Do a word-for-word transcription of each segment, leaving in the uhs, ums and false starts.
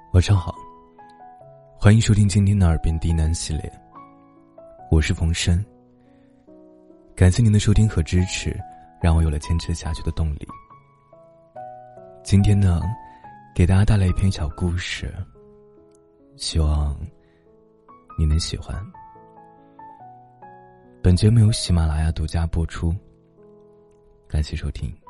晚上好，欢迎收听今天的耳边低喃系列，我是冯生。感谢您的收听和支持，让我有了坚持下去的动力。今天呢，给大家带来一篇小故事，希望你能喜欢。本节目由喜马拉雅独家播出，感谢收听。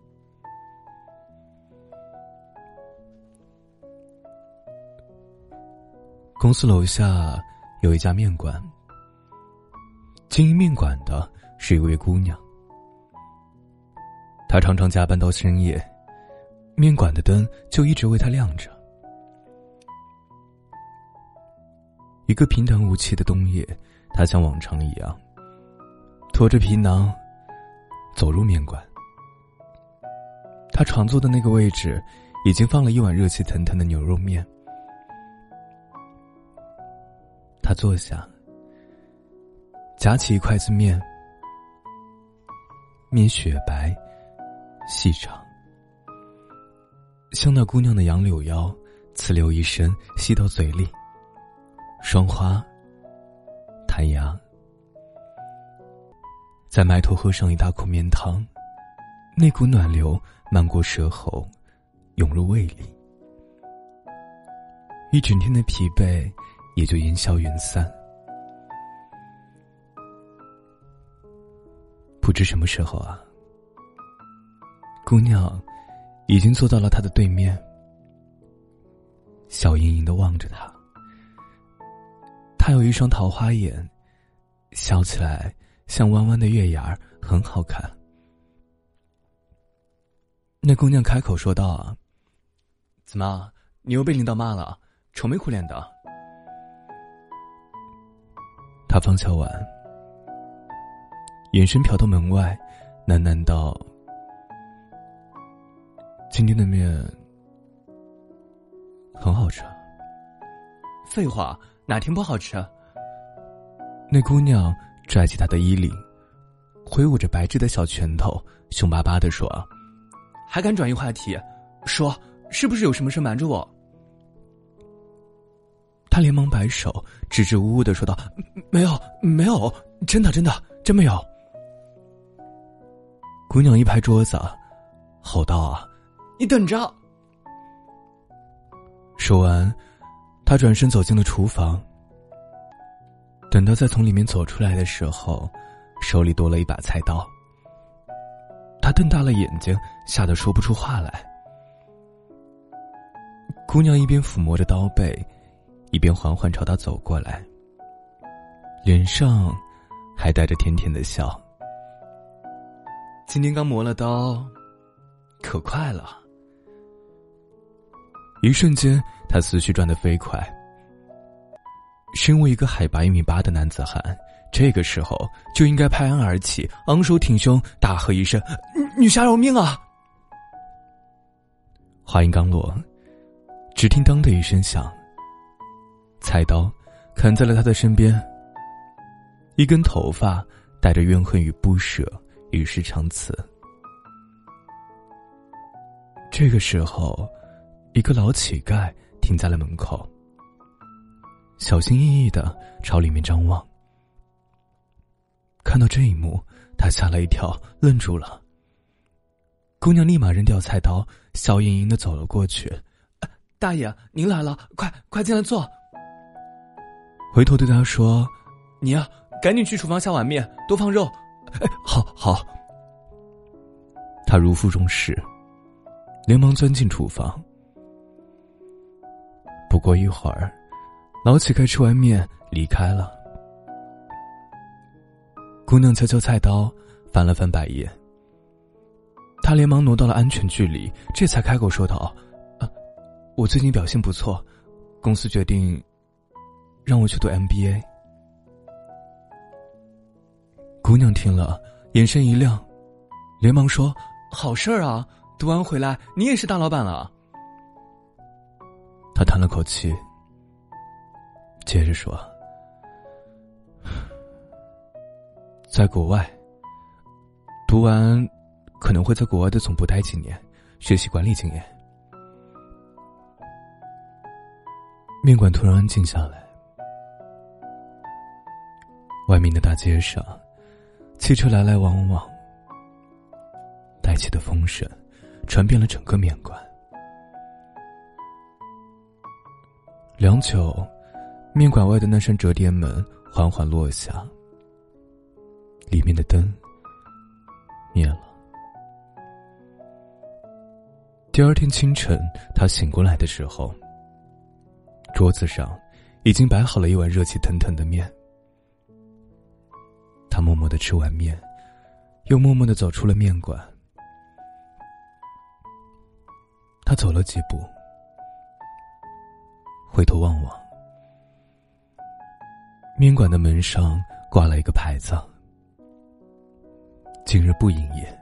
公司楼下有一家面馆，经营面馆的是一位姑娘。她常常加班到深夜，面馆的灯就一直为她亮着。一个平淡无奇的冬夜，她像往常一样拖着皮囊走入面馆。她常坐的那个位置已经放了一碗热气腾腾的牛肉面。他坐下，夹起一筷子面，面雪白细长，像那姑娘的杨柳腰，呲溜一声吸到嘴里，双花弹牙。再埋头喝上一大口面汤，那股暖流漫过舌头，涌入胃里，一整天的疲惫也就烟消云散。不知什么时候啊，姑娘已经坐到了他的对面，笑盈盈地望着他。他有一双桃花眼，笑起来像弯弯的月牙，很好看。那姑娘开口说道啊，怎么你又被领导骂了，愁眉苦脸的？他放下碗，眼神瞟到门外，喃喃道，今天的面很好吃。废话，哪天不好吃？那姑娘拽起他的衣领，挥舞着白质的小拳头，凶巴巴地说，还敢转移话题，说是不是有什么事瞒着我？他连忙摆手，支支吾吾地说道，没有没有，真的真的真没有。姑娘一拍桌子吼道啊，你等着！说完，她转身走进了厨房。等到再从里面走出来的时候，手里多了一把菜刀。她瞪大了眼睛，吓得说不出话来。姑娘一边抚摸着刀背，一边缓缓朝他走过来，脸上还带着甜甜的笑。今天刚磨了刀，可快了。一瞬间，他思绪转得飞快。身为一个海拔一米八的男子汉，这个时候就应该拍案而起，昂首挺胸，大喝一声，女侠饶命啊！话音刚落，只听当的一声响，菜刀砍在了他的身边，一根头发带着怨恨与不舍，与世长辞。这个时候，一个老乞丐停在了门口，小心翼翼地朝里面张望。看到这一幕，他吓了一跳，愣住了。姑娘立马扔掉菜刀，笑盈盈地走了过去，大爷您来了，快快进来坐。回头对他说，你呀、啊、赶紧去厨房下碗面，多放肉。哎，好好。他如负重视，连忙钻进厨房。不过一会儿，老乞丐吃完面离开了。姑娘敲敲菜刀，翻了翻白眼。他连忙挪到了安全距离，这才开口说道，啊，我最近表现不错，公司决定让我去读 M B A。 姑娘听了，眼神一亮，连忙说，好事儿啊，读完回来你也是大老板了。他叹了口气，接着说，在国外读完可能会在国外的总部待几年，学习管理经验。 面馆突然安静下来，外面的大街上，汽车来来往往，带起的风声传遍了整个面馆。良久，面馆外的那扇折叠门缓缓落下，里面的灯灭了。第二天清晨，他醒过来的时候，桌子上已经摆好了一碗热气腾腾的面。他默默地吃完面，又默默地走出了面馆。他走了几步，回头望望，面馆的门上挂了一个牌子：今日不营业。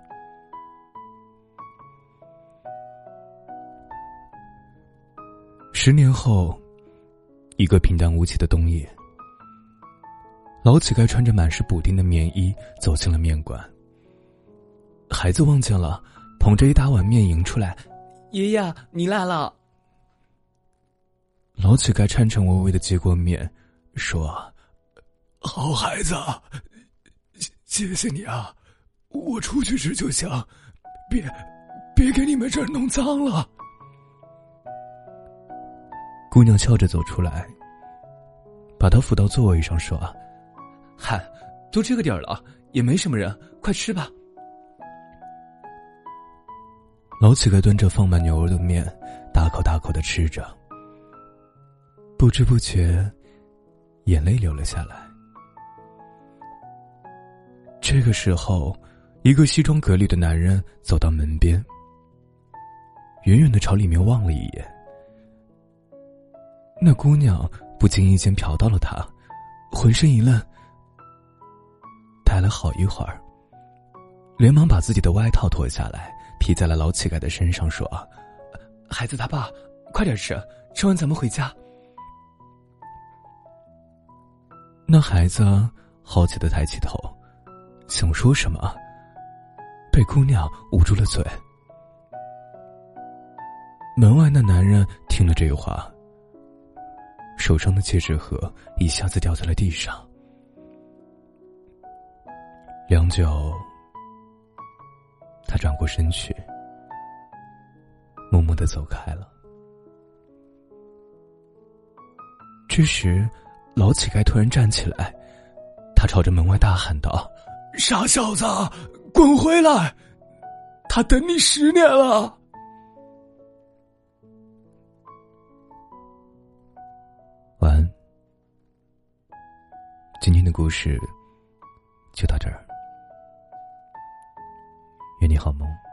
十年后，一个平淡无奇的冬夜，老乞丐穿着满是补丁的棉衣走进了面馆。孩子望见了，捧着一大碗面迎出来：“ 爷爷，你来了。” 老乞丐颤颤巍巍地接过面，说：“好孩子，谢谢你啊，我出去吃就行，别别给你们这儿弄脏了。”姑娘笑着走出来，把他扶到座位上，说：“ 嗨，都这个点儿了，也没什么人，快吃吧。” 老乞丐端着放满牛肉的面，大口大口地吃着，不知不觉，眼泪流了下来。这个时候，一个西装革履的男人走到门边，远远地朝里面望了一眼。那姑娘不经意间瞟到了他，浑身一愣，呆了好一会儿，连忙把自己的外套脱下来披在了老乞丐的身上，说：“ 孩子他爸，快点吃，吃完咱们回家。” 那孩子好奇地抬起头，想说什么，被姑娘捂住了嘴。门外那男人听了这话，手上的戒指盒一下子掉在了地上。良久，他转过身去，默默地走开了。这时，老乞丐突然站起来，他朝着门外大喊道：“傻小子，滚回来！他等你十年了。”晚安。今天的故事就到这儿，愿你好梦。